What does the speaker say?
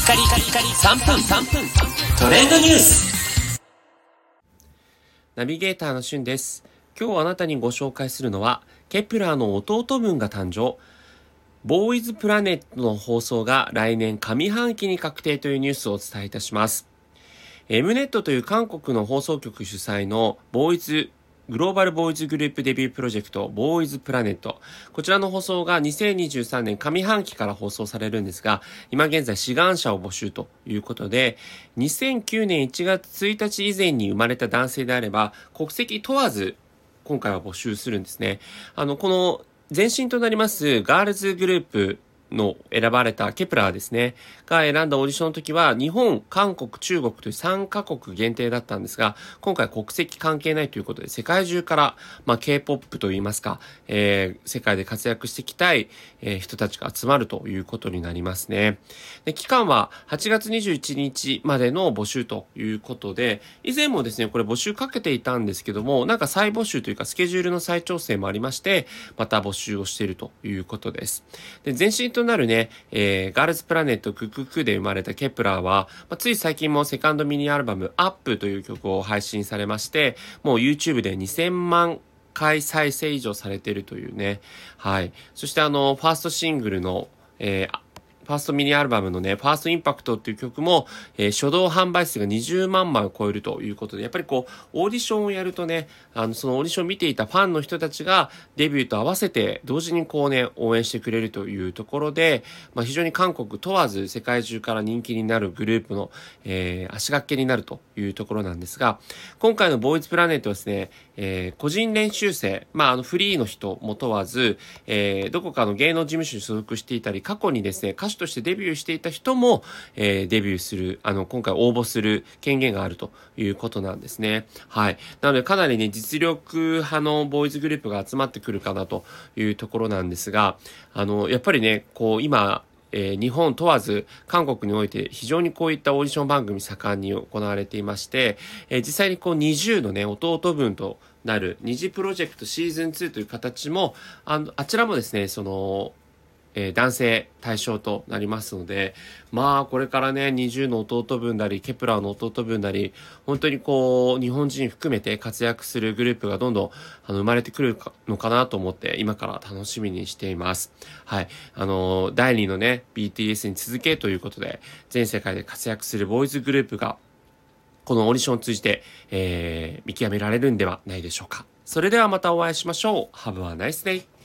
カリカリカリ3分トレンドニュース。 ナビゲーターのしゅんです。今日あなたにご紹介するのはケプラーの弟分が誕生、ボーイズプラネットの放送が来年上半期に確定というニュースをお伝えいたします。M ネットという韓国の放送局主催のグローバルボーイズグループデビュープロジェクトボーイズプラネット、こちらの放送が2023年上半期から放送されるんですが、今現在志願者を募集ということで、2009年1月1日以前に生まれた男性であれば国籍問わず今回は募集するんですね。この前身となりますガールズグループの選ばれたケプラーですねが選んだオーディションの時は日本、韓国、中国という3カ国限定だったんですが、今回国籍関係ないということで世界中から、K-POP といいますか、世界で活躍していきたい、人たちが集まるということになりますね。で、期間は8月21日までの募集ということで、以前もですねこれ募集かけていたんですけども、なんか再募集というかスケジュールの再調整もありまして、また募集をしているということです。で、前身となるね、ガールズプラネットクククで生まれたケプラーは、つい最近もセカンドミニアルバムアップという曲を配信されまして、もう YouTube で2000万回再生以上されているというね。はい。そしてファーストシングルの、ファーストミニアルバムのね、ファーストインパクトっていう曲も、初動販売数が20万枚を超えるということで、やっぱりオーディションをやるとね、そのオーディションを見ていたファンの人たちがデビューと合わせて同時に応援してくれるというところで、非常に韓国問わず世界中から人気になるグループの、足掛けになるというところなんですが、今回のボーイズプラネットはですね、個人練習生、フリーの人も問わず、どこかの芸能事務所に所属していたり、過去にですね、歌手としてデビューしていた人も、デビューする、今回応募する権限があるということなんですね。はい。なので、かなりね、実力派のボーイズグループが集まってくるかなというところなんですが、やっぱりね、今、日本問わず韓国において非常にこういったオーディション番組盛んに行われていまして、実際に20のね、弟分となる二次プロジェクトシーズン2という形も、あちらもですね、男性対象となりますので、これからね、20の弟分なり、ケプラーの弟分なり、本当に日本人含めて活躍するグループがどんどん生まれてくるのかなと思って、今から楽しみにしています。はい。第2のね、BTS に続けということで、全世界で活躍するボーイズグループが、このオーディションを通じて、見極められるんではないでしょうか。それではまたお会いしましょう。Have a nice day!